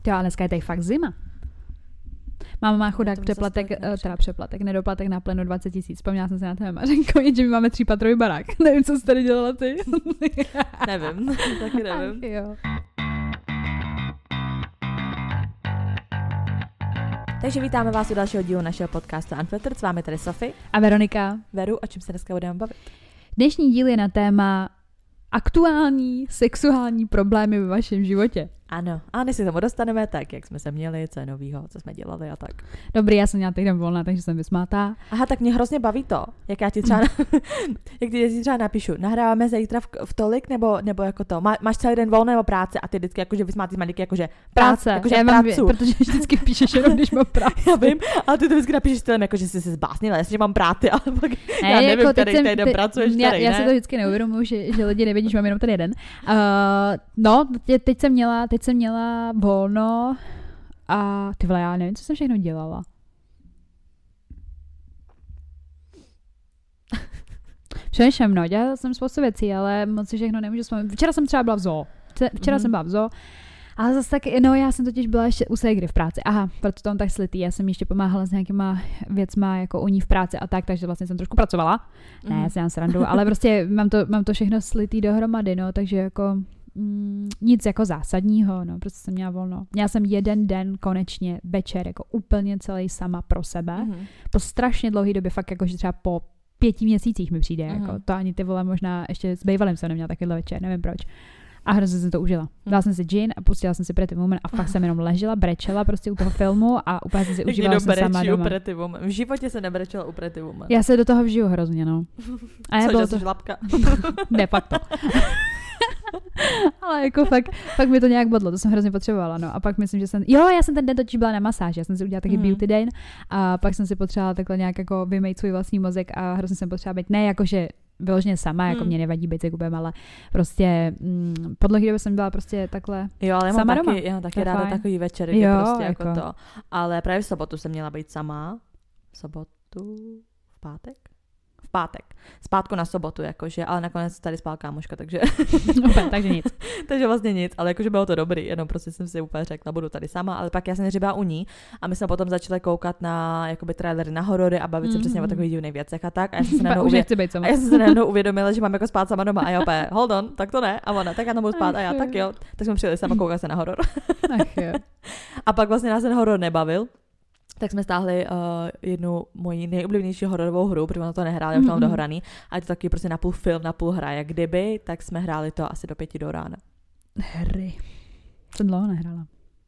Jo, a dneska je tady fakt zima. Máma má chudák přeplatek, nedoplatek na plenu 20 000. Vzpomněla jsem se na tebe, Mařenko, že my máme 3patrový barák. Nevím, co jsi tady dělala ty. Nevím, taky nevím. Ach, jo. Takže vítáme vás u dalšího dílu našeho podcastu Unfiltered. S vámi tady Sofie A Veronika. Veru, o čem se dneska budeme bavit? Dnešní díl je na téma aktuální sexuální problémy ve vašem životě. Ano, a než se k tomu dostaneme, tak jak jsme se měli, co je novýho, co jsme dělali a tak. Dobrý, já jsem měla týden volná, takže jsem vysmátá. Aha, tak mě hrozně baví to, jak já ti třeba, jak ti třeba napíšu, nahráváme zítra v tolik, nebo jako to, máš celý den volné nebo práce a ty vždycky jakože vysmátý malíky, jakože práce, jakože já mám, protože vždycky píšeš jenom, když mám práci. Já vím, ale ty to vždycky napíšeš stylem, jako že jsi se zbásnila, jestli mám práci, ale pak já nevím, jako který týden pracuješ, který já se to vždycky neuvědomuji, že lidi nevědí, že mám jenom ten jeden. No, teď jsem měla volno a ty vole, já nevím, co jsem všechno dělala. Přemýšlím, no, dělala jsem spoustu věcí, ale moc si všechno nemůžu vzpomínat. Včera jsem třeba byla v zoo. Jsem byla v zoo. Ale zase tak, no, já jsem totiž byla ještě u ségry v práci. Aha, proto tam tak slitý. Já jsem ještě pomáhala s nějakýma věcma jako u ní v práci a tak, takže vlastně jsem trošku pracovala. Ne, já si dám srandu, ale prostě mám to všechno slitý dohromady, no, takže jako nic jako zásadního, no, prostě jsem měla volno. Měla jsem jeden den konečně večer, jako úplně celý sama pro sebe. Po strašně dlouhé době, fakt jako, že třeba po 5 měsících mi přijde, jako to ani ty vole možná ještě s bývalým jsem neměla takovýhle večer, nevím proč. A hrozně jsem to užila. Dala jsem si gin a pustila jsem si Pretty Woman a fakt jsem jenom ležela, brečela prostě u toho filmu a úplně jsem si užívala se sama doma. Pretty Woman. V životě se nebrečela u Pretty Woman. Já se do toho vžiju hrozně, no. A já bylo to žlabka. Ne, fakt to. Ale jako fakt mi to nějak bodlo, to jsem hrozně potřebovala, no. A pak myslím, že já jsem ten den totiž byla na masáži, já jsem si udělala taky beauty day a pak jsem si potřebovala takhle nějak jako vymejt svůj vlastní mozek a hrozně jsem potřebovala být, ne jakože vyloženě sama, jako mě nevadí být cykupem, ale prostě po dlouhé době jsem byla prostě takhle jo, ale sama doma. Já mám taky ráda takový večer, kdy prostě jako to. Ale právě v sobotu jsem měla být sama. V sobotu? V pátek. Zpátku na sobotu, jakože, ale nakonec tady spala kámoška, takže takže nic. Takže vlastně nic, ale jakože bylo to dobrý, jenom prostě jsem si úplně řekla, budu tady sama, ale pak já jsem neřebala u ní a my jsme potom začali koukat na jakoby trailery na horory a bavit se přesně o takových divných věcech a tak. A já jsem se najednou uvědomila, že mám jako spát sama doma a já opět, hold on, tak to ne, a ona, tak já tam budu spát a já, tak jo. Tak jsme přijeli sama koukat se na horor. Ach jo. A pak vlastně nás ten horor nebavil. Tak jsme stáhli jednu moji nejoblíbenější hororovou hru, protože ona to nehrála, už mám dohraný. A je to taky prostě napůl film, napůl hra. Jak kdyby, tak jsme hráli to asi do 5 do rána. Hry. Jsem dlouho nehrála.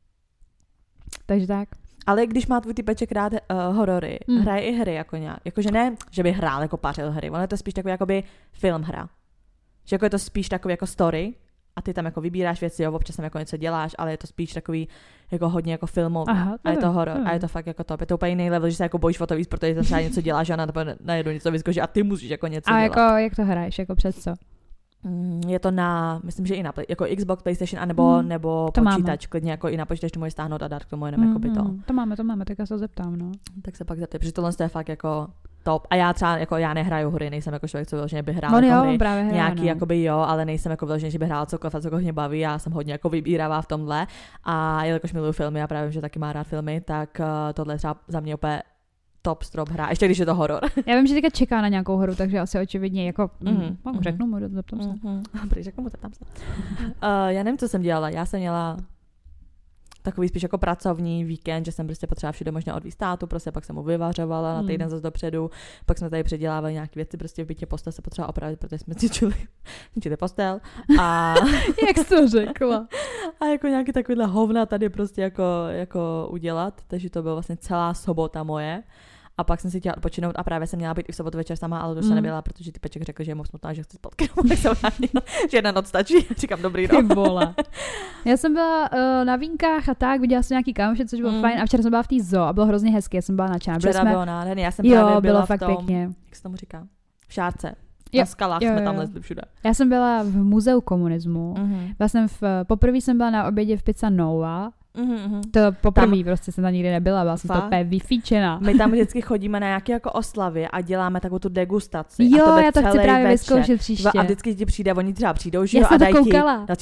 Takže tak. Ale když má tvůj typeček rád horory, hraje i hry jako nějak. Jakože ne, že by hrál jako pařil hry. Ono je to spíš takový jakoby film hra. Že jako je to spíš takový jako story. A ty tam jako vybíráš věci, jo, občas tam jako něco děláš, ale je to spíš takový jako hodně jako filmový. A je to horor. A je to fakt jako top. Je to úplně jiný level, že se jako bojíš o to víc, protože tam třeba něco děláš a najednou něco vyskočí a ty musíš jako něco dělat. A jako jak to hraješ, jako přes co? Je to na, myslím, že i na jako Xbox, PlayStation, nebo počítač, klidně jako i na počítač to můžeš stáhnout a dát k tomu jenom jako by to. To máme, tak já se zeptám, no. Tak se pak zeptej, protože tohle je fakt jako top. A já třeba jako já nehraju hry, nejsem jako člověk, co vyloženě by hrál jako hry, nějaký jakoby jo, ale nejsem jako vyloženě, že by hrál cokoliv a cokoliv mě baví. Já jsem hodně jako vybíravá v tomhle a jelikož miluju filmy a právě že taky má rád filmy, tak tohle je třeba za mě opět top strop hra, ještě když je to horor. Já vím, že teďka čeká na nějakou hru, takže asi očividně jako řeknu mu, zeptám se. Řeknu mu, zeptám se. Já nevím, co jsem dělala. Já jsem měla takový spíš jako pracovní víkend, že jsem prostě potřeba všude možná odvízt tátu, prostě pak jsem mu vyvařovala na týden zase dopředu, pak jsme tady předělávali nějaké věci, prostě v bytě postel se potřeba opravit, protože jsme cvičili postel a jak jsi to řekla? A jako nějaký takovýhle hovna tady prostě jako udělat, takže to byla vlastně celá sobota moje. A pak jsem si chtěla odpočinout a právě jsem měla být i v sobotu večer sama, ale to se nebyla, protože ty peček řekl, že je moc smutná, že chci spát, tak jsem že jedna noc stačí. Říkám, dobrý, no. Ty vole. Já jsem byla na vínkách a tak, viděla jsem nějaký kámoše, což bylo fajn a včera jsem byla v té zoo a bylo hrozně hezké, já jsem byla nadšená. Včera bylo nádherný, já jsem právě byla fakt v tom, pěkně. Jak se tomu říká? V Šárce. Na skalách jsme tam lezli všude. Já jsem byla v muzeu komunismu. Vlastně poprvé jsem byla na obědě v Pizza Nova. To poprvé prostě jsem tam nikdy nebyla, byla jsem to úplně vyfíčená. My tam vždycky chodíme na nějaké jako oslavy a děláme takovou tu degustaci. Jo, a já to chci právě vyzkoušet příště. A vždycky ti přijde, oni třeba přijdou, že jo, a dají ti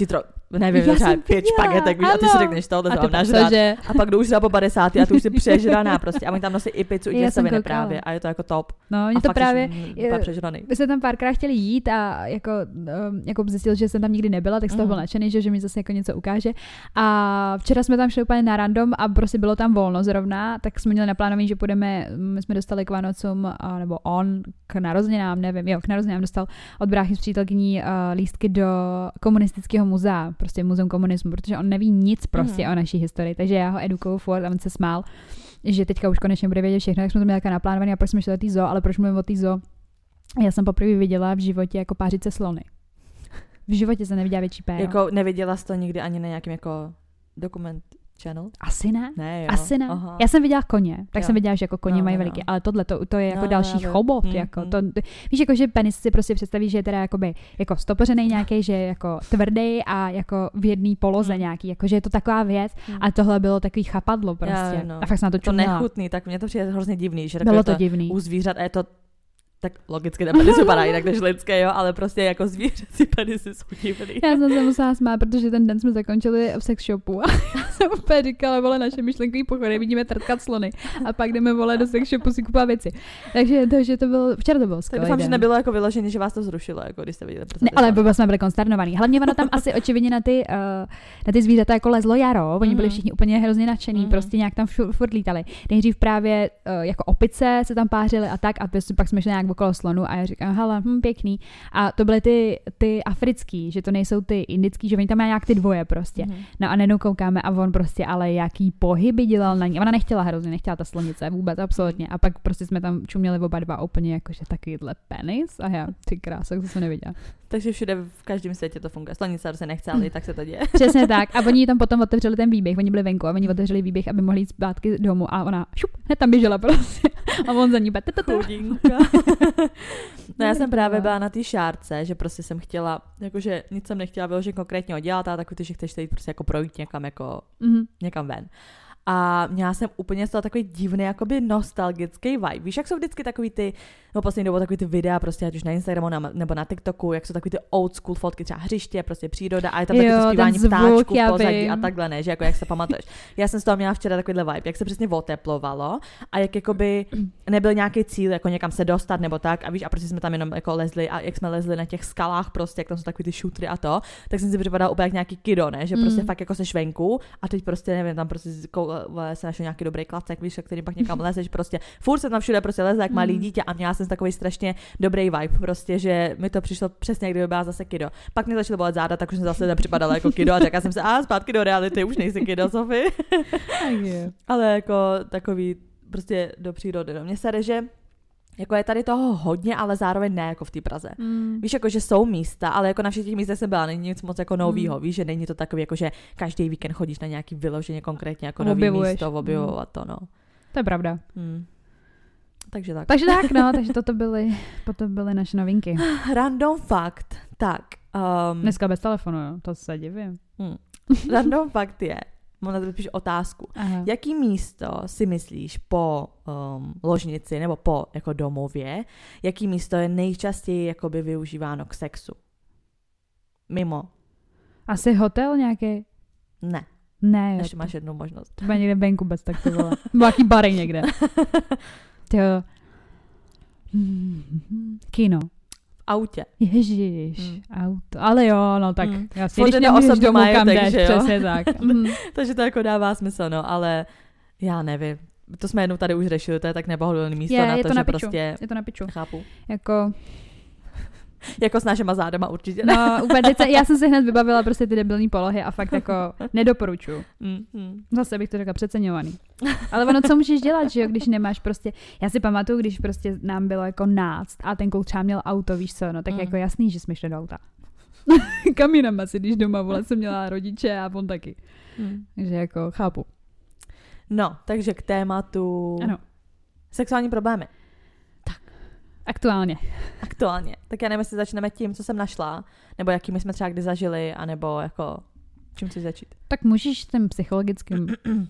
nevím, třeba 5 špagetek, víš, a ty si řekneš tohle, to mám nažrát. A pak jdu už po 50 a tu už si přežraná prostě. A oni tam nosí i pizzu, i těstoviny právě. A je to jako top. No, mě to právě, přežraný. My jsme tam párkrát chtěli jít a jako zjistil, že jsem tam nikdy nebyla, tak z toho byl nadšený, že mi zase jako něco ukáže. A včera jsme tam šli úplně na random a prostě bylo tam volno zrovna, tak jsme měli naplánovaný, že půjdeme, my jsme dostali k Vánocům, nebo on k narozeninám, nevím, k narozeninám dostal od bráchy s přítelkyní lístky do komunistického muzea, prostě muzeum komunismu, protože on neví nic prostě o naší historii, takže já ho edukuju furt a on se smál, že teďka už konečně bude vědět všechno, tak jsme to měli naplánovaný a proč jsme šli do té zoo, ale proč mluvím o té zoo? Já jsem poprvé viděla v životě jako pářice slony. V životě jsem neviděla větší péro. Jako neviděla jsi to nikdy ani na nějakým jako dokument channel? Asi ne. Ne, jo. Asi ne. Aha. Já jsem viděla koně, tak jsem viděla, že jako koně mají veliký, ale tohle to je jako další chobot. Jako, to, víš, jako, že penis si prostě představí, že je teda jakoby, jako stopořenej nějaký, že je jako tvrdý a jako v jedné poloze nějaký, jako, že je to taková věc a tohle bylo takový chapadlo prostě. A fakt jsem na to čuměla. To nechutný, tak mě to přijde hrozně divný, že bylo to divný. U zvířat a je to tak logicky ten penis vypadá jinak než lidské, jo, ale prostě jako zvířecí penisy jsou divný. Já jsem se musela smát, protože ten den jsme zakončili v sex shopu a já jsem úplně říkala, vole, naše myšlenkový pochody, vidíme trtkat slony a pak jdeme, vole, do sex shopu si kupovat věci. Takže to bylo, včera to bylo skvělý. Tak doufám, že nebylo jako vyloženě, že vás to zrušilo, jako když jste viděli. Ne, ale vůbec jsme byli konsternovaní. Hlavně ono tam asi očividně na ty zvířata jako lezlo jaro, oni byli všichni úplně hrozně nadšení, prostě nějak tam furt lítali. Nejdřív právě jako opice se tam pářily a tak a pak jsme šli nějak okolo slonu a já říkám, hele, pěkný. A to byly ty africký, že to nejsou ty indický, že oni tam mají nějak ty dvoje prostě. No a najednou koukáme a on prostě, ale jaký pohyby dělal na ní. Ona nechtěla ta slonice vůbec, absolutně. A pak prostě jsme tam čuměli oba dva úplně jakože takovýhle penis a já, ty krása, to jsem neviděla. Takže všude v každém světě to funguje. Slonice se nechce, ale tak se to děje. Přesně tak. A oni tam potom otevřeli ten výběh. Oni byli venku a oni otevřeli výběh, aby mohli jít zpátky domů a ona hned tam běžela prostě. A on za ní chudinka. No já jsem právě byla na té šárce, že prostě jsem chtěla, jakože nic jsem nechtěla vyložit konkrétně dělat, ale takový ty, že chceš jít prostě jako projít někam jako někam ven. A měla jsem úplně z toho takový divný, jakoby nostalgický vibe. Víš, jak jsou vždycky takový ty, no poslední dobou takový ty videa, prostě ať už na Instagramu nebo na TikToku, jak jsou takový ty old school fotky, třeba hřiště, prostě příroda a je tam takový to zpívání ptáčků v pozadí a takhle, ne, že jako jak se pamatuješ. Já jsem z toho měla včera takovýhle vibe, jak se přesně oteplovalo a jak jakoby nebyl nějaký cíl, jako někam se dostat nebo tak a víš, a prostě jsme tam jenom jako lezli a jak jsme lezli na těch skalách, prostě jak tam jsou takový ty šutry a to, tak jsem si připadala úplně jak nějaký kido, ne, že prostě fakt jako se švenku a teď prostě nevím, tam prostě se našel nějaký dobrý klacek, víš, který pak někam lezeš, prostě furt se tam všude prostě leze jak malý dítě a měla jsem takový strašně dobrý vibe, prostě, že mi to přišlo přesně, kdyby byla zase kido. Pak mě začaly bolet záda, tak už jsem zase nepřipadala jako kido a řekla jsem se, zpátky do reality, už nejsi kido, Sofie. Ale jako takový prostě do přírody. No. Mně se jde, že jako je tady toho hodně, ale zároveň ne jako v té Praze. Víš, jako že jsou místa, ale jako na všech těch místech jsem byla, není nic moc jako novýho, víš, že není to takový, jako že každý víkend chodíš na nějaký vyloženě konkrétně jako nový místo, objevovat to, no. To je pravda. Takže tak. Takže toto byly naše novinky. Random fakt, tak. Dneska bez telefonu, jo, to se divím. Random fakt je, mám na to spíš otázku. Aha. Jaký místo si myslíš po ložnici nebo po jako domově, jaký místo je nejčastěji jakoby využíváno k sexu? Mimo. Asi hotel nějaký? Ne, ještě máš jednu možnost. To bude někde venku bez tak to bylo. Nějaký bary někde. Tyjo. Kino. V autě. Ježiš, auto. Ale jo, no tak jasně, když nemůžeš domů, kam jdeš, přesně tak. Takže to jako dává smysl, no, ale já nevím. To jsme jednou tady už řešili, to je tak nepohodlné místo na to, že prostě... Je to na piču. Chápu. Jako s našima zádama určitě. No, úplně, já jsem si hned vybavila prostě ty debilní polohy a fakt jako nedoporučuju. Zase bych to řekla přeceňovaný. Ale ono, co můžeš dělat, že jo, když nemáš prostě, já si pamatuju, když prostě nám bylo jako náct a ten kluk třeba měl auto, víš co, no tak jako jasný, že jsme šli do auta. Kam jinam asi, když doma, vole, jsem měla rodiče a on taky. Takže jako chápu. No, takže k tématu sexuální problémy. Aktuálně. Tak já nevím, jestli začneme tím, co jsem našla, nebo jakými jsme třeba kdy zažili, anebo jako čím chceš začít. Tak můžeš tím psychologickým.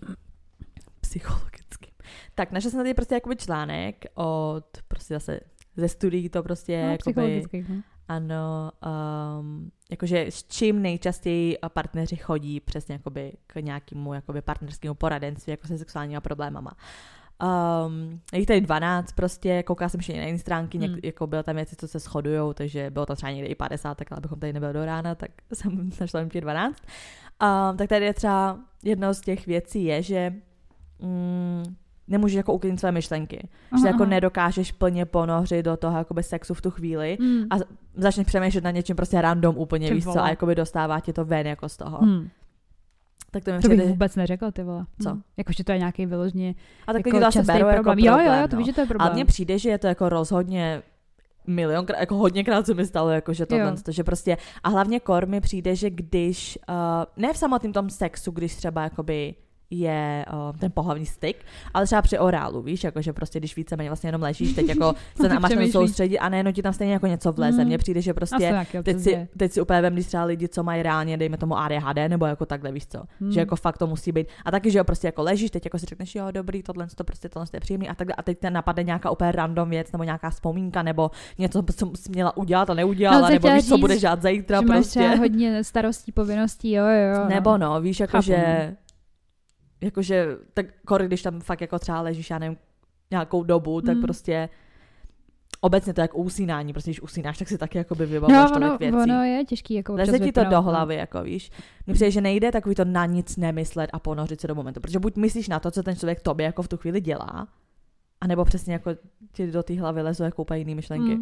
Tak našla jsem tady prostě jakoby článek prostě zase ze studií to prostě jakoby, ano, jakože s čím nejčastěji partneři chodí přesně jakoby k nějakému jakoby partnerskému poradenství jako se sexuálníma problémama. Je tady 12 prostě, koukala jsem ještě na jiné stránky, jako bylo tam věci, co se shodujou, takže bylo to třeba někde i 50, tak abychom tady nebyli do rána, tak jsem našla jen těch 12. Tak tady je třeba jedno z těch věcí je, že nemůžeš jako uklidnit své myšlenky. Že jako nedokážeš plně ponořit do toho jakoby sexu v tu chvíli a začneš přemýšlet na něčem prostě random úplně, víš co, a jakoby dostává tě to ven jako z toho. Tak to bych vůbec neřekla, ty vole. Co? Jakože to je nějaký vyloženě a tak jako to asi beru jako problém. Jo, to víš, že to je problém. Ale mně přijde, že je to jako rozhodně milionkrát, jako hodněkrát se mi stalo, jako že tohle, že prostě, a hlavně mi přijde, že když, ne v samotném tom sexu, když třeba jakoby je ten pohlavní styk, ale třeba při orálu, víš, jakože prostě když víceméně vlastně jenom ležíš, teď jako se na máš soustředit a nejenom ti tam stejně jako něco vleze. Mně přijde, že prostě teď si úplně vemli třeba lidi, co mají reálně, dejme tomu ADHD, nebo jako takhle, víš co, že jako fakt to musí být. A taky, že jo, prostě jako ležíš, teď jako si řekneš, jo, dobrý, tohle je příjemný a takhle, a teď te napadne nějaká úplně random věc, nebo nějaká vzpomínka, nebo něco, co jsi měla udělat a neudělala, nebo víš, co budeš dělat zítra, prostě. Máš hodně starostí, povinností, jo. Nebo no, víš, jakože, tak když tam fakt jako třeba ležíš, já nevím, nějakou dobu, tak prostě obecně to je jako usínání, prostě když usínáš, tak si taky jakoby vybavuješ tolik věcí. Ono je těžký jako leze ti to do hlavy, jako víš. Mně přijde, že nejde takový to na nic nemyslet a ponořit se do momentu, protože buď myslíš na to, co ten člověk tobě jako v tu chvíli dělá, anebo přesně jako ti do té hlavy lezou jako úplně jiný myšlenky.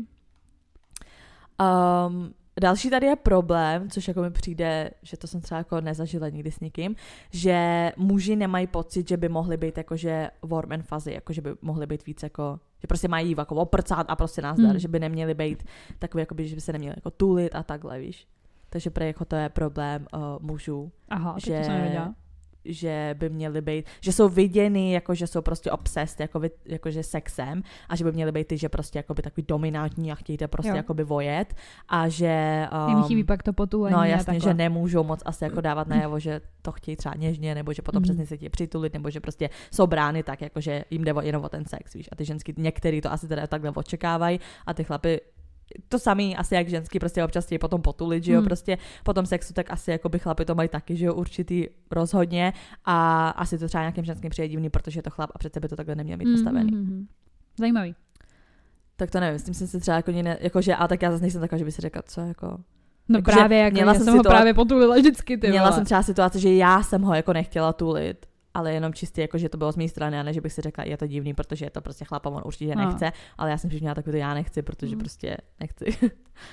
Další tady je problém, což jako mi přijde, že to jsem třeba jako nezažila nikdy s nikým, že muži nemají pocit, že by mohli být jakože warm and fuzzy, jako že by mohli být víc jako, že prostě mají jako oprcát a prostě nazdar, že by neměli být takový, jakoby, že by se neměli jako tulit a takhle, víš. Takže pro jako to je problém mužů. Aha, že, to jsem nevěděla. Že by měly být, že jsou viděny, jako že jsou prostě obsessed jakože sexem a že by měly být ty, že prostě jakoby takový dominantní a chtějte prostě jakoby vojet a že jim chybí pak to potulení. No jasně, že nemůžou moc asi jako dávat najevo, že to chtějí třeba něžně, nebo že potom přesně se chtějí přitulit, nebo že prostě jsou brány tak, jakože jim jde jenom o ten sex, víš. A ty ženský, některý to asi teda takhle očekávají a ty chlapi to samý asi jak ženský prostě občas chtějí potom potulit, že jo, prostě po tom sexu, tak asi jako by chlapi to mají taky, že jo, určitý rozhodně a asi to třeba nějakým ženským přijde divný, protože je to chlap a přece by to takhle neměl mít nastavený. Zajímavý. Tak to nevím, s tím jsem se třeba jako jakože, ale tak já zase nejsem taková, že by si řekla, co jako. No jako, právě, jako já jsem ho právě potulila vždycky, ty měla jsem třeba situaci, že já jsem ho jako nechtěla tulit, ale jenom čistě jako, že to bylo z mé strany a ne, že bych si řekla, je to divný, protože je to prostě chlap a on určitě nechce, ale já jsem měla takový to já nechci, protože prostě nechci.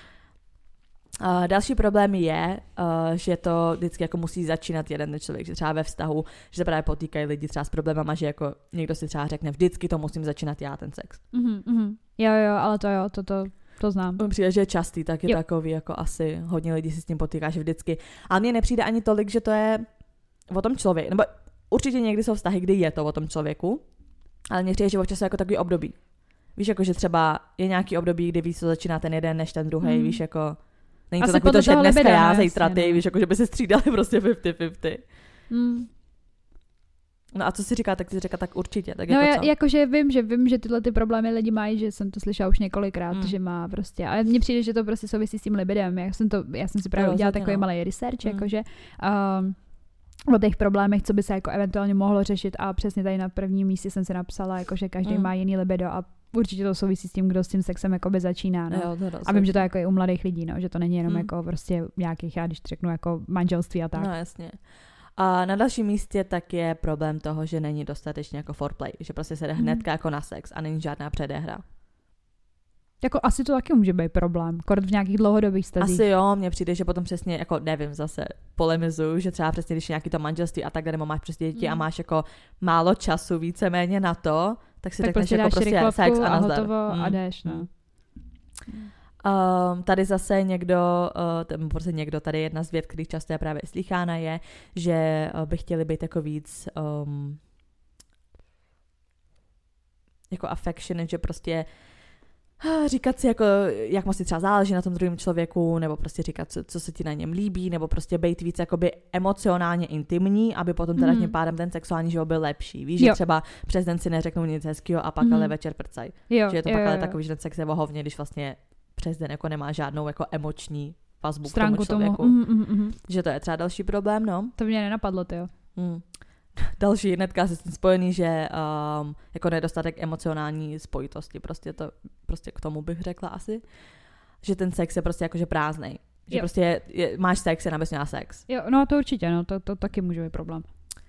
Další problém je, že to vždycky jako musí začínat jeden člověk, že třeba ve vztahu, že se právě potýkají lidi třeba s problémama, že jako někdo si třeba řekne, vždycky to musím začínat já, ten sex. Jo, ale to znám. Přijde, že je častý, tak je takový, jako asi hodně lidí si s tím potýká, že vždycky. Ale mně nepřijde ani tolik, že to je o tom člověku, nebo určitě někdy jsou vztahy, kdy je to o tom člověku, ale mně přijde, že občas jako takový období. Víš, jako že třeba je nějaký období, kdy víc to začíná ten jeden než ten druhý, víš, jako není to takový to, že dneska já, zítra ty, víš, jako že by se střídali prostě 50-50. No a co si říká, tak ty říká, tak určitě. Tak no jako jakože vím, že tyhle ty problémy lidi mají, že jsem to slyšela už několikrát, že má prostě, ale mně přijde, že to prostě souvisí s tím libidem. Já jsem si právě udělala takový malý research, jakože o těch problémech, co by se jako eventuálně mohlo řešit a přesně tady na prvním místě jsem si napsala, jako, že každý má jiný libido a určitě to souvisí s tím, kdo s tím sexem jakoby začíná. No. Jo, a vím, že to jako je u mladých lidí, no, že to není jenom jako prostě nějakých, já když řeknu jako manželství a tak. No jasně. A na dalším místě tak je problém toho, že není dostatečně jako foreplay, že prostě se jde hnedka jako na sex a není žádná předehra. Jako asi to taky může být problém, kort v nějakých dlouhodobých vztazích. Asi jo, mně přijde, že potom přesně, jako nevím, zase polemizuju, že třeba přesně, když je nějaký to manželství a takhle, nebo máš přesně děti a máš jako málo času víceméně na to, tak si řekneš jako prostě sex a nazdar. Hotovo a jdeš, no. Tady zase někdo, tady jedna z vět, který často je právě slychána, je, že by chtěli být jako víc jako affectionate, že prostě říkat si, jako, jak moc si třeba záleží na tom druhém člověku, nebo prostě říkat, co se ti na něm líbí, nebo prostě být víc jakoby emocionálně intimní, aby potom teda tím pádem ten sexuální život byl lepší. Víš, že třeba přes den si neřeknou nic hezkýho a pak ale večer prcaj. Že je to pak ale takový, že ten sex je vohovně, když vlastně přes den jako nemá žádnou jako emoční vazbu stránku k tomu člověku. Že to je třeba další problém, no. To mě nenapadlo, tyjo. Další hnedka se s tím spojený, že jako nedostatek emocionální spojitosti, prostě k tomu bych řekla asi, že ten sex je prostě jakože prázdnej. Že prostě máš sex, jen abys měla sex. Jo, no to určitě, no, to taky může být problém.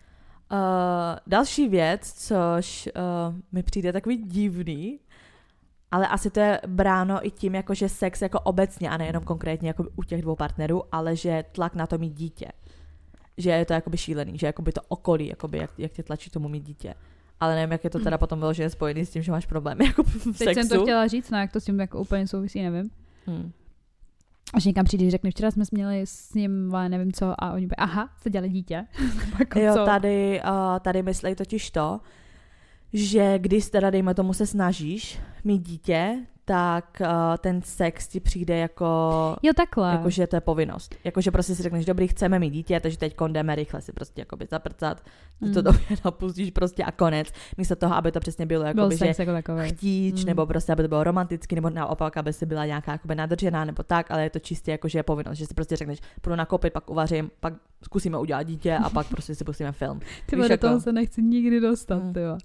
Další věc, což mi přijde takový divný, ale asi to je bráno i tím, jako že sex jako obecně a nejenom konkrétně jako u těch dvou partnerů, ale že tlak na to mít dítě. Že je to jakoby šílený, že jakoby to okolí, jakoby jak tě tlačí tomu mít dítě. Ale nevím, jak je to teda potom bylo, že je spojený s tím, že máš problémy jako v sexu. Teď jsem to chtěla říct, no jak to s tím jako úplně souvisí, nevím. Až někam přijdeš, řekne, včera jsme měli s ním, nevím co, a oni by, aha, jste dělali dítě. Jo, tady myslej totiž to, že když teda, dejme tomu, se snažíš mít dítě, tak ten sex ti přijde jako... Jo, takhle. Jakože to je povinnost. Jakože prostě si řekneš, dobrý, chceme mít dítě, takže teď jdeme rychle si prostě jakoby zaprcat, to době napustíš prostě a konec. Místo toho, aby to přesně bylo jakoby, že jako chtíč, nebo prostě, aby to bylo romantický, nebo naopak, aby si byla nějaká jakoby nadržená, nebo tak, ale je to čistě jakože je povinnost, že si prostě řekneš, půjdu nakoupit, pak uvařím, pak zkusíme udělat dítě a pak prostě si pustíme film. Ty do toho se nechci nikdy dostat, tyjo.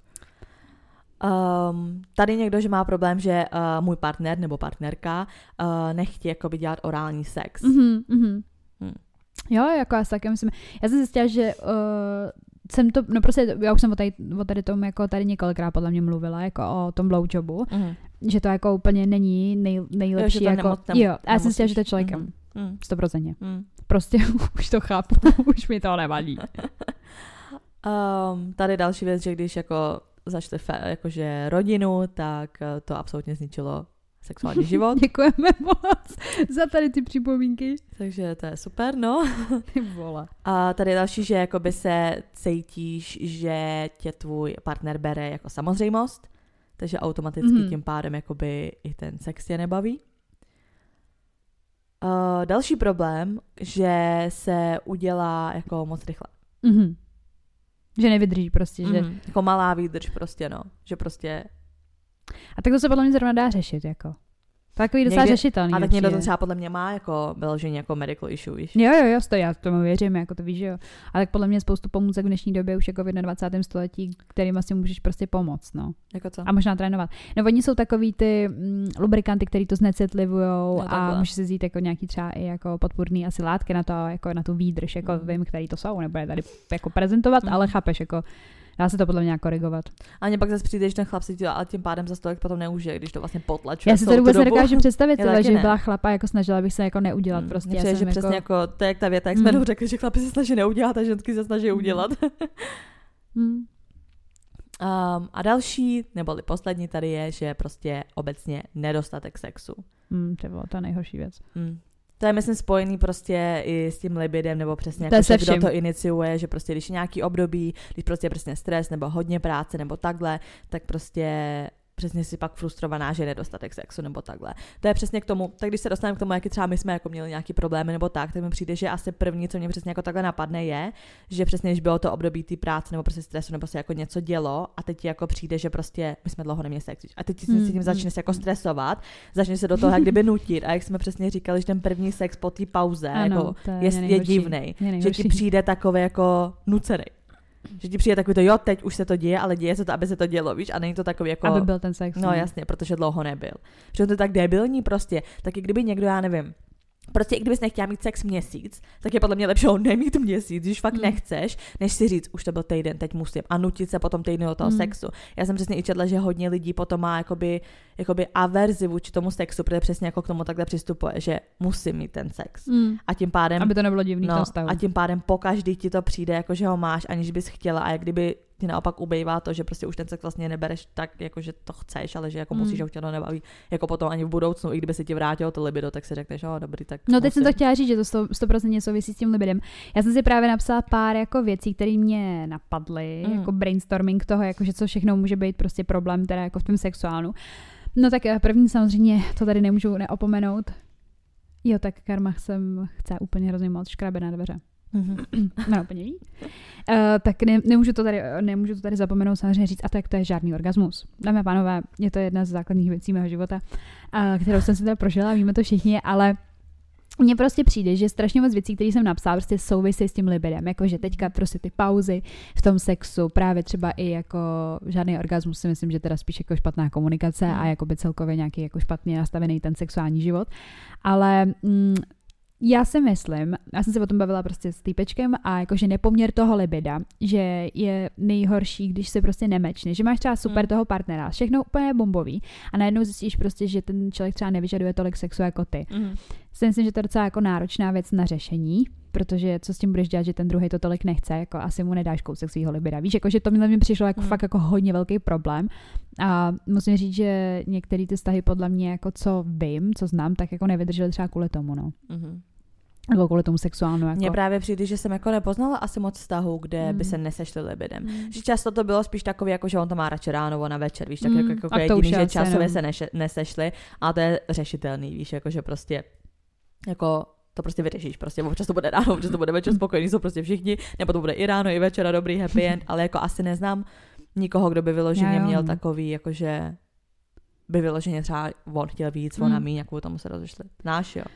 Tady někdo, že má problém, že můj partner nebo partnerka nechtí jakoby dělat orální sex. Jo, jako já si taky myslím. Já jsem zjistila, že jsem to, no prostě, já už jsem o tady tom jako tady několikrát podle mě mluvila, jako o tom blowjobu, že to jako úplně není nejlepší, jo, jako, jo, a já jsem zjistila, že to je člověkem. 100%. Prostě už to chápu, už mi to nevadí. Tady další věc, že když jako začali jakože rodinu, tak to absolutně zničilo sexuální život. Děkujeme moc za tady ty připomínky. Takže to je super, no. Ty vole. A tady další, že jakoby se cítíš, že tě tvůj partner bere jako samozřejmost, takže automaticky tím pádem jakoby i ten sex tě nebaví. Další problém, že se udělá jako moc rychle. Že nevydrží prostě, že... Jako malá výdrž prostě, no. Že prostě... A tak to se podle mě zrovna dá řešit, jako. Takový docela řešitelný. A tak někdo to třeba podle mě má jako vyloženě jako medical issue, víš? Jo, já tomu věřím, jako to víš, jo. A tak podle mě spoustu pomůcek v dnešní době už jako v 21. století, kterým asi můžeš prostě pomoct, no. Jako co? A možná trénovat. No oni jsou takový ty lubrikanty, který to znecitlivujou a můžeš si vzít jako nějaký třeba i jako podpůrný asi látky na to, jako na tu výdrž, jako vím, který to jsou, nebo je tady jako prezentovat, ale chápeš, jako dá se to podle mě nějak korigovat. A mě pak zase přijde, že ten chlap si dělá, ale tím pádem za stolek potom neužije, když to vlastně potlačuje. Já si to vůbec nedokážu představit, že byla chlapa, jako snažila bych se jako neudělat prostě. Mě přijde, že přesně jako to je jak ta věta, jak jsme řekli, že chlapi se snaží neudělat a ženský se snaží udělat. A další, neboli poslední tady je, že prostě obecně nedostatek sexu. To bylo ta nejhorší věc. To je, myslím, spojený prostě i s tím libidem, nebo přesně jako se kdo to iniciuje, že prostě když je nějaký období, když prostě je přesně stres, nebo hodně práce, nebo takhle, tak prostě přesně si pak frustrovaná, že je nedostatek sexu, nebo takhle. To je přesně k tomu, tak když se dostaneme k tomu, jaký třeba my jsme jako měli nějaký problémy, nebo tak mi přijde, že asi první, co mě přesně jako takhle napadne, je, že přesně když bylo to období té práce, nebo prostě stresu, nebo se jako něco dělo, a teď ti jako přijde, že prostě my jsme dlouho neměli sex. A teď si tím začne se jako stresovat, začne se do toho jak kdyby nutit. A jak jsme přesně říkali, že ten první sex po té pauze ano, jako je divnej, že ti přijde takový jako nucený. Že ti přijde takový to, jo, teď už se to děje, ale děje se to, aby se to dělo, víš, a není to takový jako... Aby byl ten sex. No jasně, protože dlouho nebyl. Protože to je tak debilní prostě, tak i kdyby někdo, já nevím, prostě i kdybys nechtěla mít sex měsíc, tak je podle mě lepší ho nemít měsíc, když fakt nechceš, než si říct, už to byl týden, teď musím, a nutit se potom týdny do toho sexu. Já jsem přesně i četla, že hodně lidí potom má jakoby averzi vůči tomu sexu, protože přesně jako k tomu takhle přistupuje, že musím mít ten sex. A tím pádem... Aby to nebylo divný v tom stavu. A tím pádem pokaždý ti to přijde, jako že ho máš, aniž bys chtěla, a jak kdyby ti naopak ubejvá to, že prostě už ten sex vlastně nebereš tak, jako že to chceš, ale že jako musíš, že už tě to nebaví, jako potom ani v budoucnu, i kdyby se ti vrátilo to libido, tak si řekneš, dobrý, tak no teď jsem to chtěla říct, že to 100% souvisí s tím libidem. Já jsem si právě napsala pár jako věcí, které mě napadly, jako brainstorming toho, jako že co všechno může být prostě problém teda jako v tom sexuálu. No tak první samozřejmě, to tady nemůžu neopomenout. Jo, tak Karma chce úplně hrozně moc škrabe na dveře. No, úplně ví. Tak nemůžu to tady zapomenout samozřejmě říct, a tak to je žádný orgasmus. Dámy a pánové, je to jedna z základních věcí mého života, kterou jsem si teda prožila, víme to všichni, ale mně prostě přijde, že strašně moc věcí, které jsem napsala, prostě souvisí s tím libidem, jakože teďka prostě ty pauzy v tom sexu, právě třeba i jako žádný orgasmus, si myslím, že teda spíš jako špatná komunikace a jakoby celkově nějaký jako špatně nastavený ten sexuální život, ale já si myslím, já jsem se o tom bavila prostě s týpečkem a jakože nepoměr toho libida, že je nejhorší, když se prostě nemečne, že máš třeba super toho partnera, všechno úplně bombový a najednou zjistíš prostě, že ten člověk třeba nevyžaduje tolik sexu jako ty. Si myslím, že to je docela jako náročná věc na řešení, protože co s tím budeš dělat, že ten druhý to tolik nechce, jako asi mu nedáš kousek svýho libida. Víš, jako, že to mi přišlo jako fakt jako hodně velký problém a musím říct, že některé ty vztahy podle mě, jako co vím, co znám, tak jako nevydržely třeba kvůli tomu, no. Nebo kvůli tomu sexuálnu. Jako. Mně právě přijde, že jsem jako nepoznala asi moc vztahů, kde by se nesešli libidem. Že často to bylo spíš takový, jako že on to má radši ráno, ona večer, víš, tak jako jediný, že časově se nesešli, a to je řešitelný, víš, jako že prostě jako to prostě vyřešíš, prostě občas to bude ráno, občas to bude večer, spokojení jsou prostě všichni, nebo to bude i ráno, i večer a dobrý happy end, ale jako asi neznám nikoho, kdo by vyloženě měl takový, jakože by vyloženě třeba on chtěl víc, ona míň, jakou tomu se rozešli. Znáš, jo?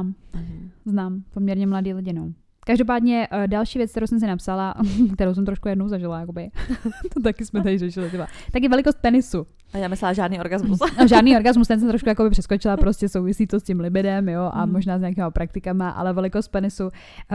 Znám, poměrně mladý lidi, no. Každopádně další věc, kterou jsem si napsala, kterou jsem trošku jednou zažila, jakoby. To taky jsme tady řešili, tyba. Tak je velikost penisu. A já myslela žádný orgasmus. No, žádný orgasmus, ten jsem trošku jakoby přeskočila, prostě souvisí to s tím libidem, jo, a možná s nějakýma praktikama, ale velikost penisu,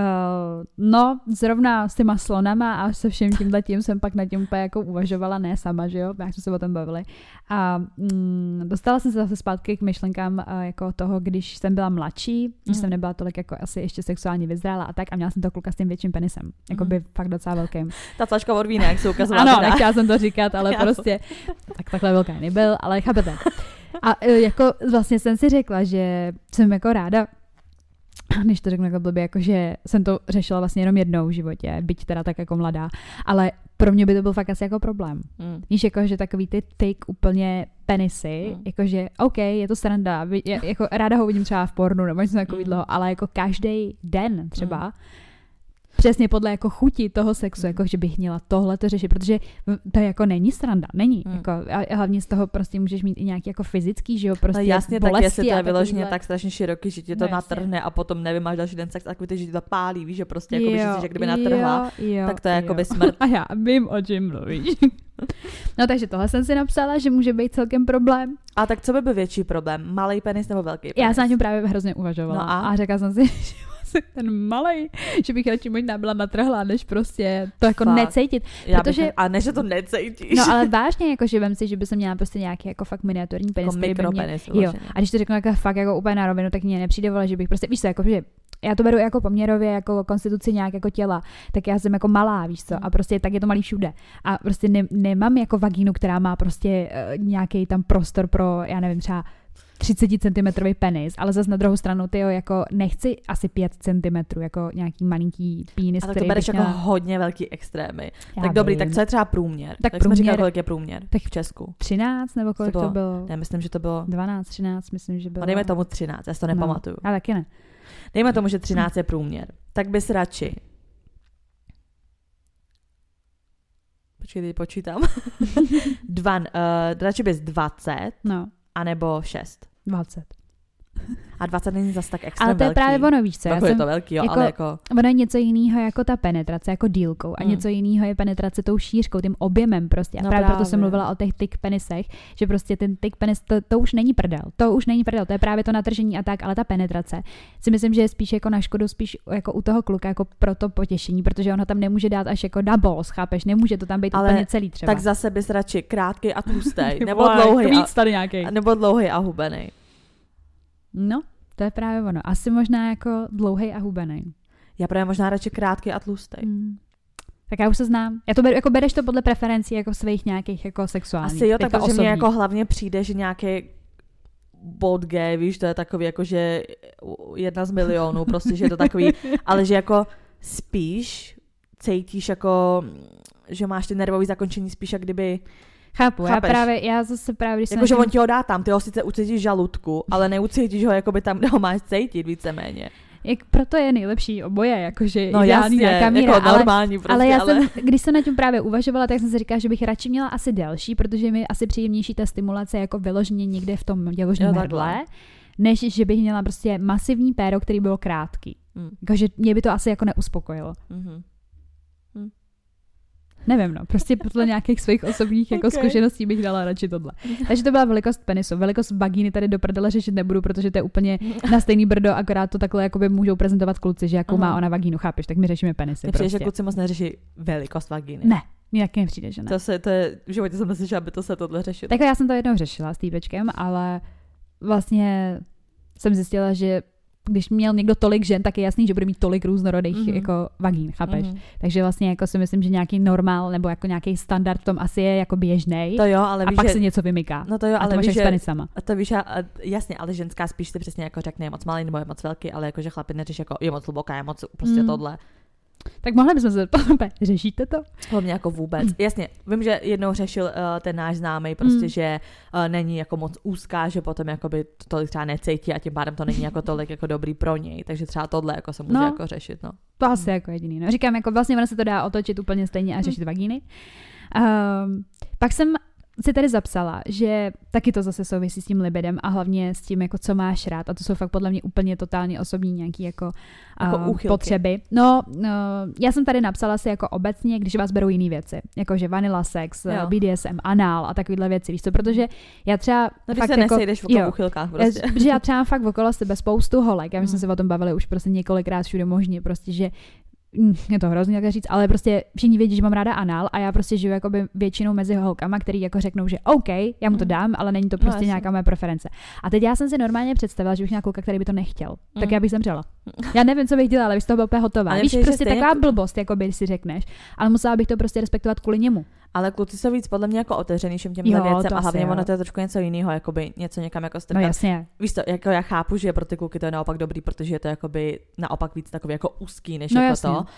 no, zrovna s těma slonama a se všem tímhletím jsem pak nad tím úplně jako uvažovala, ne sama, že jo, jak jsme se o tom bavili. A dostala jsem se zase zpátky k myšlenkám jako toho, když jsem byla mladší, když jsem nebyla tolik jako asi ještě sexuálně vyzrála a tak, a měla jsem toho kluka s tím větším penisem, jakoby fakt docela velkým. Ta flaška od vína, jak se ukazovala. Ano, nechtěla jsem to říkat, ale prostě tak takhle velká nebyl, ale chápete. A jako vlastně jsem si řekla, že jsem jako ráda, když to řeknu jako blbě, jako že jsem to řešila vlastně jenom jednou v životě, byť teda tak jako mladá, ale pro mě by to byl fakt asi jako problém. Víš, jako, že takový ty thick úplně penisy, jakože OK, je to sranda, jako ráda ho vidím třeba v pornu nebo něco takového, ale jako každý den třeba přesně podle jako chuti toho sexu, jako že bych měla tohle to řešit, protože to jako není sranda, není. Jako, a hlavně z toho prostě můžeš mít i nějaký jako fyzický, že jo, prostě no jasně, tak jestli to je vyloženě tak strašně široký, že ti to natrhne a potom nevím, máš další den sex, tak víte, že ti to pálí, víš, že prostě jako že jak kdyby natrhla, tak to je jakoby smrt. A já vím, o čem mluvíš. No takže tohle jsem si napsala, že může být celkem problém. A tak co by byl větší problém? Malý penis nebo velký penis? Já jsem na tím právě hrozně uvažovala a řekla jsem si, že ten malej, že bych radši možná byla natrhlá, než prostě to jako necítit. Protože, a než to necítíš. No ale vážně, jako že vem si, že by se měla prostě nějaký jako fakt miniaturní penis. Jako mikropenis. Jo. A když to řeknu jako fakt jako úplně na rovinu, tak mě nepřijde, vole, že bych prostě, víš co, jako, že já to beru jako poměrově, jako konstituci nějak jako těla, tak já jsem jako malá, víš co, a prostě tak je to malý všude. A prostě nemám jako vagínu, která má prostě nějaký tam prostor pro, já nevím, třeba 30 cm penis, ale zase na druhou stranu tyjo, jako nechci asi 5 cm, jako nějaký malinký penis. A tak to bereš jako hodně velký extrémy. Já tak dobrý, vím. tak co je třeba průměr? Tak jsme říkali, kolik je průměr tak v Česku? 13 nebo kolik to bylo? Ne, myslím, že to bylo 12, 13, myslím, že bylo. A dejme tomu 13, já si to nepamatuju. A taky ne. Dejme tomu, že 13 je průměr. Tak bys radši. Počkej, teď počítám. Radši bys 20, anebo 6. 20. A 20 není zase tak extra velký. Ale to je právě ono, víš co. Je to velký, jo, jako, ale jako... Ono je něco jiného jako ta penetrace, jako dílkou. A něco jiného je penetrace tou šířkou, tím objemem prostě. A no právě proto jsem mluvila o těch thick penisech, že prostě ten thick penis, to už není prdel. To je právě to natržení a tak, ale ta penetrace si myslím, že je spíš jako na škodu, spíš jako u toho kluka, jako pro to potěšení, protože on ho tam nemůže dát až jako na balls, chápeš? Nemůže to tam být ale úplně celý třeba. Tak zase bys radši krátký a tlustý, nebo dlouhý a hubený. No, to je právě ono. Asi možná jako dlouhej a hubený. Já právě možná radši krátký a tlustý. Tak já už se znám. Já to jako bereš to podle preferencí jako svých nějakých jako sexuálních. Asi jo, tak protože mě jako hlavně přijde, že nějaký bod gay, víš, to je takový jako, že 1 z milionů, prostě, že je to takový, ale že jako spíš cítíš jako, že máš ty nervový zakončení spíš jak kdyby. Chápu, já zase právě, když jako, že on ti ho dá tam, ty ho sice ucítíš žaludku, ale neucítíš ho jakoby tam, kde ho máš cítit víceméně. Proto je nejlepší oboje, jakože no ideální nějaká míra, jako normální prostě, ale jsem, když jsem na tím právě uvažovala, tak jsem si říkala, že bych radši měla asi delší, protože mi asi příjemnější ta stimulace jako vyloženě někde v tom děložním hrdle, než že bych měla prostě masivní péro, který bylo krátký. Jakože mě by to asi jako neuspokojilo. Nevím, no, prostě podle nějakých svých osobních jako zkušeností bych dala radši tohle. Takže to byla velikost penisu. Velikost vagíny tady do prdele řešit nebudu, protože to je úplně na stejný brdo, akorát to takhle jakoby můžou prezentovat kluci, že jakou má ona vagínu, chápeš, tak my řešíme penisy. Nepřijde, že kluci moc neřeší velikost vagíny. Ne, mně taky nepřijde, že ne. To je, v životě jsem neslyšela, aby to se tohle řešilo. Tak já jsem to jednou řešila s týpečkem, ale vlastně jsem zjistila, že když měl někdo tolik žen, tak je jasný, že bude mít tolik různorodých jako vagín, chápeš? Takže vlastně jako si myslím, že nějaký normál nebo jako nějaký standard v tom asi je jako běžnej. To jo, ale a víš, pak že... se něco vymyká. No to jo, ale ale víš, že... sama. To víš, jasně, ale ženská spíš si přesně jako řekne, je moc malý nebo je moc velký, ale jakože chlapi neřeš jako je moc hluboká, je moc prostě tohle. Tak mohli bychom se zeptat, řešíte to? Hlavně jako vůbec. Jasně, vím, že jednou řešil ten náš známý prostě, že není jako moc úzká, že potom jakoby tolik třeba necítí a tím pádem to není jako tolik jako dobrý pro něj, takže třeba tohle jako se může jako řešit, no. To asi jako jediný, no. Říkám, jako vlastně ono se to dá otočit úplně stejně a řešit vagíny. Pak jsem si tady zapsala, že taky to zase souvisí s tím libidem a hlavně s tím, jako co máš rád. A to jsou fakt podle mě úplně totálně osobní nějaký jako potřeby. No, já jsem tady napsala si jako obecně, když vás berou jiný věci. Jakože vanilla sex, BDSM, anal a takovýhle věci, víš co? Protože já třeba no, fakt se jako... nesejdeš okolo úchylkách prostě. Protože já třeba fakt okolo sebe spoustu holek, já jsme se o tom bavili už prostě několikrát všude možně, prostě, že je to hrozně jak říct, ale prostě všichni vědí, že mám ráda anal a já prostě žiju jakoby většinou mezi holkama, který jako řeknou, že OK, já mu to dám, ale není to prostě nějaká moje preference. A teď já jsem si normálně představila, že bych měla kluka, který by to nechtěl. Tak já bych zemřela. Já nevím, co bych dělala, ale bych z toho byla úplně hotová. Víš, prostě taková blbost, jakoby si řekneš, ale musela bych to prostě respektovat kvůli němu. Ale kluci jsou víc podle mě jako otevřený všem těmhle věcem a hlavně ono to je trošku něco jiného, jakoby něco někam jako strkat. No jasně. Víš to, jako já chápu, že pro ty kluky to je naopak dobrý, protože je to jakoby naopak víc takový jako úzký, než no jako jasně. to.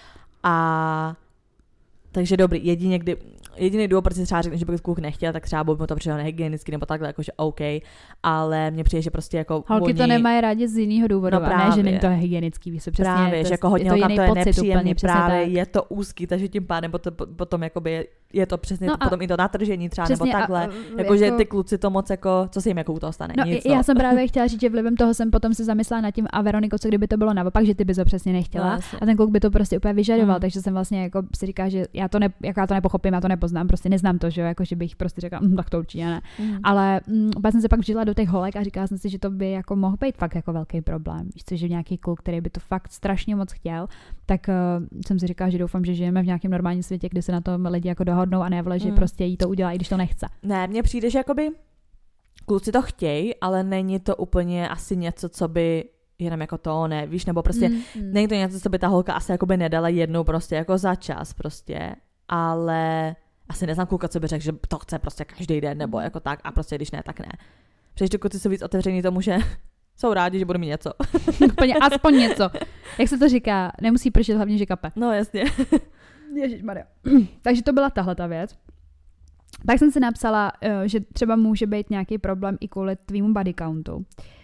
A takže dobrý, jediný důvod, protože třeba řekne, že bych kluk nechtěl, tak třeba by mu to přišlo nehygienicky nebo takhle, jakože OK, ale mně přijde, že prostě jako holky to nemají rádi z jiného důvodu, no a ne, že není to hygienický, víš, přesně. Právě, že jako hodně holkám to je nepříjemný, právě je to úzký, takže tím pádem potom jakoby je to přesně potom i to natržení třeba přesně, nebo takhle, jakože ty kluci to moc jako, co se jim jako u toho stane, no, nic. Já jsem právě chtěla říct, že vlivem toho jsem potom se zamyslela nad tím a Veroniko, co kdyby to bylo naopak, že ty bys to přesně nechtěla a ten kluk by to prostě úplně vyžadoval, takže jsem vlastně jako si říká, že já to nepochopím, já to nepoznám, prostě neznám to, že jo, jako že bych prostě řekla, tak to určitě ne. Ale pak jsem se pak vžila do těch holek a říkala jsem si, že to by jako mohl být fakt jako velký problém. Víš co, že nějaký kluk, který by to fakt strašně moc chtěl, tak jsem si říkala, že doufám, že žijeme v nějakém normálním světě, kde se na tom lidi jako dohodnou a ne že prostě jí to udělá, i když to nechce. Ne, mně přijde, že jakoby kluci to chtějí, ale není to úplně asi něco, co by jenom jako to, ne, víš, nebo prostě není to něco, co by ta holka asi jakoby nedala jednou prostě jako za čas prostě, ale asi neznám kluka, co by řekl, že to chce prostě každý den, nebo jako tak a prostě když ne, tak ne. Protože kluci jsou víc otevření tomu, že jsou rádi, že budou mít něco. Úplně aspoň něco. Jak se to říká, nemusí pršet, hlavně, že kape. No jasně. Ježišmarja. Takže to byla tahle ta věc. Tak jsem si napsala, že třeba může být nějaký problém i kvůli tvýmu body countu.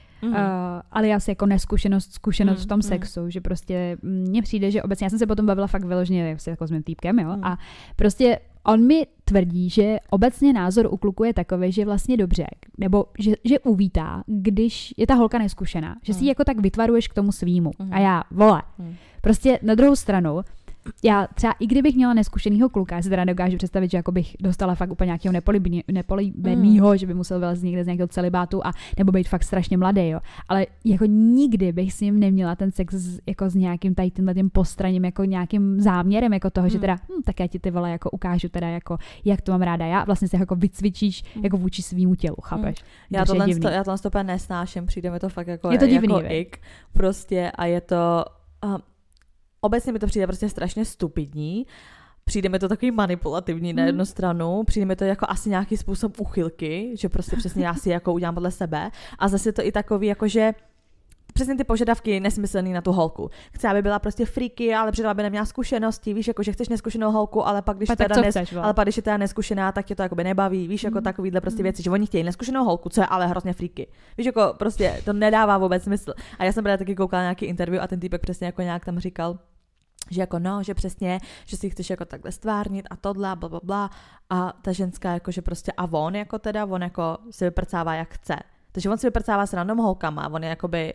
Alias jako zkušenost v tom sexu, že prostě mně přijde, že obecně, já jsem se potom bavila fakt vyloženě jako s mým týpkem, jo, a prostě on mi tvrdí, že obecně názor u kluku je takový, že vlastně dobře, nebo že uvítá, když je ta holka neskušená, že si ji jako tak vytvaruješ k tomu svýmu. A já, vole, prostě na druhou stranu, já třeba i kdybych měla neskušenýho kluka, já si teda dokážu představit, že jako bych dostala fakt úplně nějakého nepolíbenýho, že by musel vylezit někde z nějakého celibátu a nebo být fakt strašně mladý, jo. Ale jako nikdy bych s ním neměla ten sex jako s nějakým tady tímhletím postraním, jako nějakým záměrem jako toho, že teda tak já ti ty vole jako ukážu teda jako jak to mám ráda já, vlastně se jako vycvičíš jako vůči svýmu tělu, chápeš? Já tohle úplně nesnáším, přijde mi to fakt jako je to divný, jako ik, prostě a je to obecně mi to přijde prostě strašně stupidní, přijde mi to takový manipulativní na jednu stranu, přijde mi to jako asi nějaký způsob uchylky, že prostě přesně já si jako udělám podle sebe a zase to i takový jako, že přesně ty požadavky nesmyslný na tu holku. Chci, aby byla prostě freaky, ale přitom aby neměla zkušenosti, víš, jako že chceš neskušenou holku, ale pak když když je teda neskušená, tak tě to jakoby nebaví, víš, jako takovýhle prostě věci, že oni chtějí neskušenou holku, co je ale hrozně freaky. Víš, jako prostě to nedává vůbec smysl. A já jsem právě taky koukala nějaký interview a ten týpek přesně jako nějak tam říkal, že jako no, že přesně, že si chceš jako takhle stvárnit a tohle, blablabla a ta ženská jako, že prostě a on jako si vyprcává jak chce. Takže on si vyprcává s random holkama, on je jakoby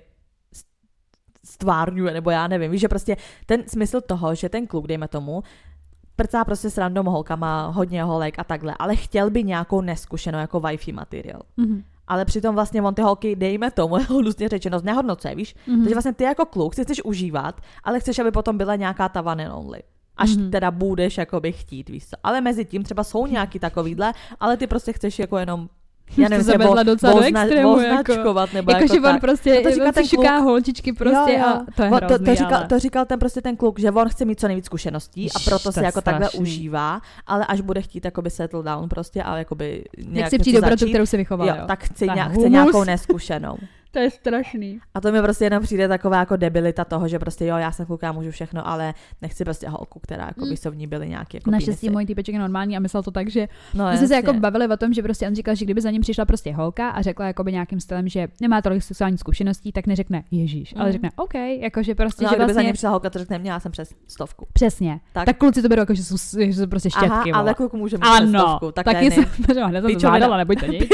stvárňuje, nebo já nevím, víš, že prostě ten smysl toho, že ten kluk, dejme tomu, prcá prostě s random holkama, hodně holek a takhle, ale chtěl by nějakou neskušenou jako wifi materiál. Mm-hmm. Ale přitom vlastně on ty holky, dejme tomu, hnusně řečeno, znehodnocuje, víš? Mm-hmm. Takže vlastně ty jako kluk si chceš užívat, ale chceš, aby potom byla nějaká ta one and only. Až teda budeš jakoby chtít, víš co. Ale mezi tím třeba jsou nějaký takovýhle, ale ty prostě chceš jako jenom já nevím, se označkovat, nebo jako že on tak. prostě šuká holčičky prostě jo. A to je hrozný, to říkal ten prostě ten kluk, že on chce mít co nejvíc zkušeností a proto se jako takhle užívá, ale až bude chtít jakoby settle down prostě a jakoby nějak si přijde pro tu, kterou si vychoval, jo. Tak chce nějakou neskušenou. To je strašný. A to mi prostě jenom přijde taková jako debilita toho, že prostě jo, já jsem kluk, já můžu všechno, ale nechci prostě holku, která jako by se v ní byly nějaký jako naštěstí můj týpeček je normální a myslel to tak, že my jsme se jako bavili o tom, že prostě on říkal, že kdyby za ním přišla prostě holka a řekla jakoby nějakým stylem, že nemá tolik sexuální zkušeností, tak neřekne Ježíš, ale řekne OK, jakože prostě no, že kdyby vlastně za ním přišla holka, to řekne měla jsem přes 100. Přesně. Tak kluci to berou jako, že jsou prostě štětky. Aha, ale kluk může mít přes 100, tak taky jsem zádala, nebojte něj.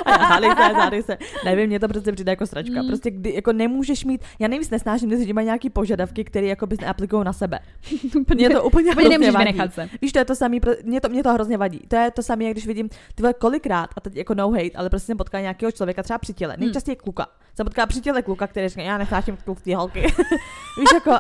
Zády se. Nevím, mě to prostě přijde jako sračka. Prostě kdy jako nemůžeš mít, já nejvíc nesnáším, když mají nějaký požadavky, které jako bys neaplikují na sebe. Mě to úplně hrozně vadí. Víš, to je to samý, mě to hrozně vadí. To je to samé, jak když vidím, ty vole, kolikrát, a teď jako no hate, ale prostě jsem potkala nějakého člověka třeba při těle. Nejčastěji kluka. Jsem potkala při těle kluka, který říká, já nesnáším kluk ty holky. Víš, jako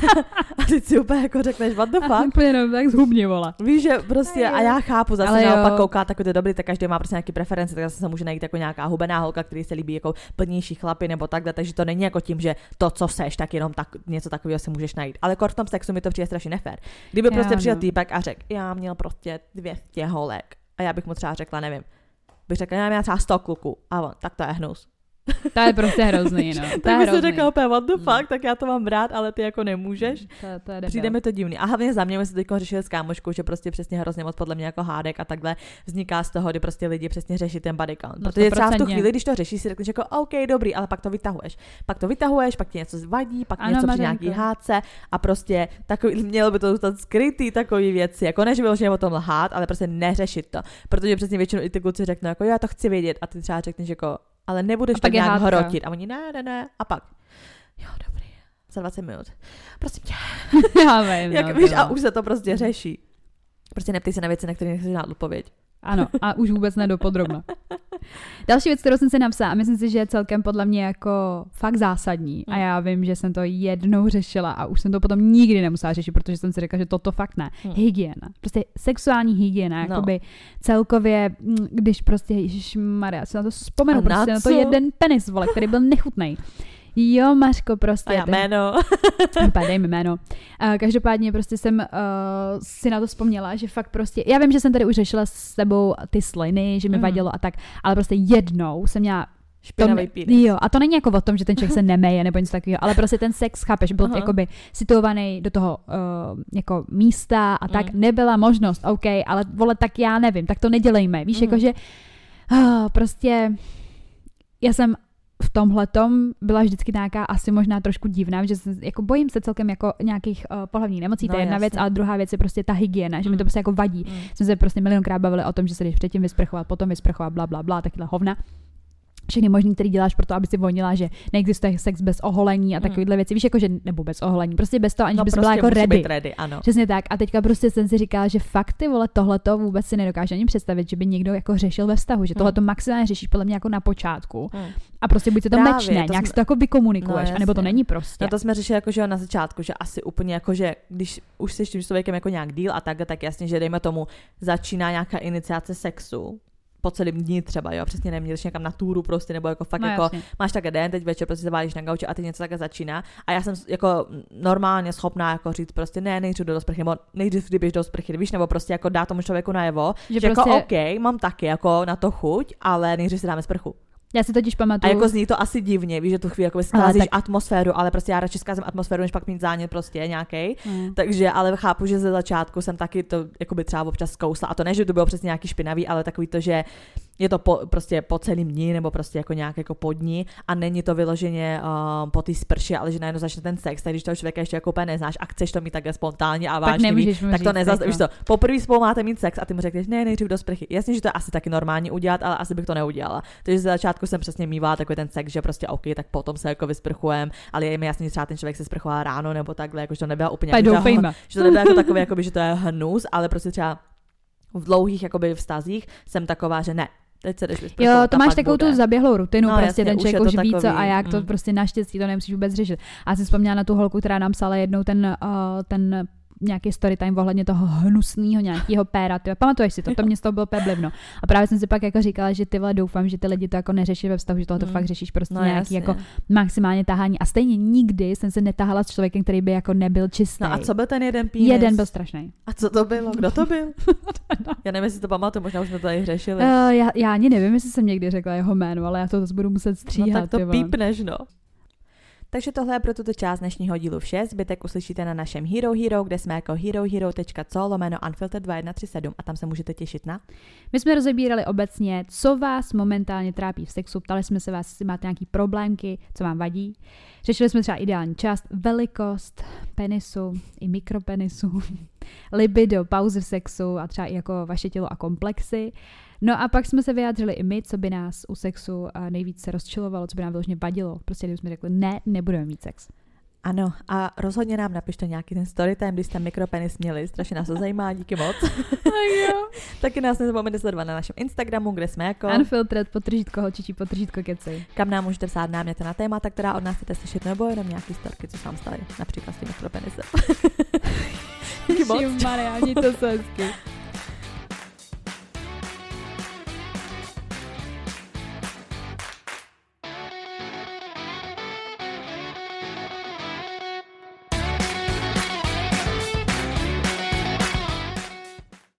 a teď si úplně jako řekneš, what the fuck? Úplně no, tak zhubně, vola. Víš, že prostě a já chápu, zase naopak kouká takový to dobrý, tak každý má prostě nějaký preference, tak zase se může najít jako nějaká hubená holka, který se líbí jako plnější chlapy nebo takhle, takže to není jako tím, že to, co seš, tak jenom tak, něco takového si můžeš najít. Ale v tom sexu mi to přijde strašně nefér. Kdyby prostě přišel týpek a řekl, já měl prostě 200 holek a já bych mu třeba řekla, nevím, bych řekla, já měla třeba 100 kluků a on, tak to je hnus. To je prostě hrozný, no. Tak bych si řekla opět, what the fuck, tak já to mám rád, ale ty jako nemůžeš. To je přijde mi to divný. A hlavně za mě, my jsme teď řešili s kámoškou, že prostě přesně hrozně moc podle mě jako hádek a takhle vzniká z toho, kdy prostě lidi přesně řeší ten body count. No, protože třeba v tu chvíli, když to řešíš, si řekneš jako OK, dobrý, ale pak to vytahuješ. Pak ti něco vadí, pak ano, něco při nějaký hádce a prostě takový, mělo by to zůstat skrytý takový věci, jako než vyloženě o tom lhát, ale prostě neřešit to. Protože přesně většinou i ty kluci řeknou jako já to chci vědět a ty třeba řekneš jako ale nebudeš tak nějak hrotit. A oni ne. A pak, jo, dobrý, za 20 minut. Prosím tě. Já vím, jak, víš, a už se to prostě řeší. Prostě neptej se na věci, na které nechceš znát odpověď. Ano, a už vůbec ne dopodrobna. Další věc, kterou jsem si napsala, a myslím si, že je celkem podle mě jako fakt zásadní. A já vím, že jsem to jednou řešila a už jsem to potom nikdy nemusela řešit, protože jsem si řekla, že toto fakt ne. Hygiena. Prostě sexuální hygiena, jakoby celkově, když prostě, ježišmarja, se na to vzpomenu, prostě na to jeden penis, vole, který byl nechutnej. Jo, Mařko, prostě. A já jméno. Dej mi jméno. Každopádně prostě jsem si na to vzpomněla, že fakt prostě, já vím, že jsem tady už řešila s tebou ty sliny, že mi vadilo a tak, ale prostě jednou jsem měla špinavý penis. Jo, a to není jako o tom, že ten člověk se nemeje nebo něco takového, ale prostě ten sex, chápeš, byl jakoby situovaný do toho jako místa a tak nebyla možnost, OK, ale vole, tak já nevím, tak to nedělejme, víš, jakože prostě já jsem v tomhletom byla vždycky nějaká asi možná trošku divná, že jako bojím se celkem jako nějakých pohlavních nemocí, to je jedna věc, a druhá věc je prostě ta hygiena, že mi to prostě jako vadí. Jsme se prostě milionkrát bavili o tom, že se jdeš předtím vysprchovat, potom vysprchovat, bla bla bla, takyhle hovna. Všechny možný, který děláš pro to, aby si vonila, že neexistuje sex bez oholení a takovéhle věci, víš, jako že nebo bez oholení, prostě bez toho, aniž bys byla jako ready. Ano. Přesně tak. A teďka prostě jsem si říkala, že fakt ty vole, tohleto vůbec si nedokáže ani představit, že by někdo jako řešil ve vztahu, že tohleto maximálně řešíš podle mě jako na počátku. A prostě buď se to mečne, nějak si to jako vykomunikuješ, anebo to není prostě. No to jsme řešili jako že na začátku, že asi úplně jako že když už jsi s tím člověkem jako nějak díl a tak jasně, že dejme tomu začíná nějaká iniciace sexu. Po celém dní třeba, jo, přesně nevím, jdeš někam na túru prostě, nebo jako fakt jako jasně. Máš takhle den, teď večer prostě se válíš na gauči a teď něco takhle začíná a já jsem jako normálně schopná jako říct prostě ne, nejdřív do sprchy, nebo nejdřív kdybych do sprchy, víš, nebo prostě jako dá tomu člověku najevo, že prostě... jako OK, mám taky jako na to chuť, ale nejdřív si dáme sprchu. Já si totiž pamatuju. A jako zní to asi divně, víš, že tu chvíli jako zkázíš atmosféru, ale prostě já radši zkázím atmosféru, než pak mít zánět prostě nějaký. Takže ale chápu, že ze začátku jsem taky to jako by třeba občas zkousla a to ne, že to bylo přesně nějaký špinavý, ale takový to, že je to prostě po celým dní nebo prostě jako nějak jako po dní a není to vyloženě po té sprši, ale že najednou začne ten sex, tak když toho člověka ještě jako úplně neznáš a chceš to mít takhle spontánně a vážně, tak to nezastavíš to. Poprvé spolu máte mít sex a ty mu řekneš, ne, nejdřív do sprchy. Jasně, že to je asi taky normálně udělat, ale asi bych to neudělala. Takže za začátku jsem přesně mívala takový ten sex, že prostě OK, tak potom se jako vysprchujeme, ale je mi jasně, že třeba ten člověk se sprchoval ráno nebo takhle, jako že to nebyla úplně že to nebylo jako takové, jakoby, že to je hnus, ale prostě třeba v dlouhých jakoby vztazích jsem taková, že ne. Teď se jdeš vysprchovat. Jo, to máš takovou tu zaběhlou rutinu, prostě jasně, ten člověk už ví co a jak to to prostě naštěstí to nemusíš vůbec řešit. A já jsem vzpomněla na tu holku, která nám psala jednou ten nějaký storytime ohledně toho hnusného nějakého péra. Pamatuješ si to? Mě z toho bylo peblivno. A právě jsem si pak jako říkala, že ty vole doufám, že ty lidi to jako neřeší ve vztahu, že tohle to fakt řešíš prostě nějaký jako maximálně tahání. A stejně nikdy jsem se netahala s člověkem, který by jako nebyl čistý. No a co byl ten jeden pínis? Jeden byl strašný. A co to bylo? Kdo to byl? Já nevím, jestli to pamatuju, možná už jsme to tady řešili. Já ani nevím, jestli jsem někdy řekla jeho jméno, ale já to zase budu muset stříhat. No tak to pípneš, no. Takže tohle je pro tuto část dnešního dílu vše. Zbytek uslyšíte na našem Hero Hero, kde jsme jako herohero.co/unfiltered2137 a tam se můžete těšit na. My jsme rozebírali obecně, co vás momentálně trápí v sexu. Ptali jsme se vás, jestli máte nějaký problémky, co vám vadí. Řešili jsme třeba ideální část, velikost penisu i mikropenisu, libido, pauzy v sexu a třeba i jako vaše tělo a komplexy. No a pak jsme se vyjádřili i my, co by nás u sexu nejvíce rozčilovalo, co by nám vyloženě vadilo. Prostě kdybychom řekli, ne, nebudeme mít sex. Ano, a rozhodně nám napište nějaký ten storytime, když jste mikropenis měli, strašně nás to zajímá, díky moc. Taky nás nezapomeňte sledovat na našem Instagramu, kde jsme jako Unfiltered, _holčičí, _kecej. Kam nám můžete psát náměty na témata, která od nás chcete slyšet, nebo jenom nějaký storky, co se vám staly, například s tím mikropenisem. Díky moc. Maria, to se hezky.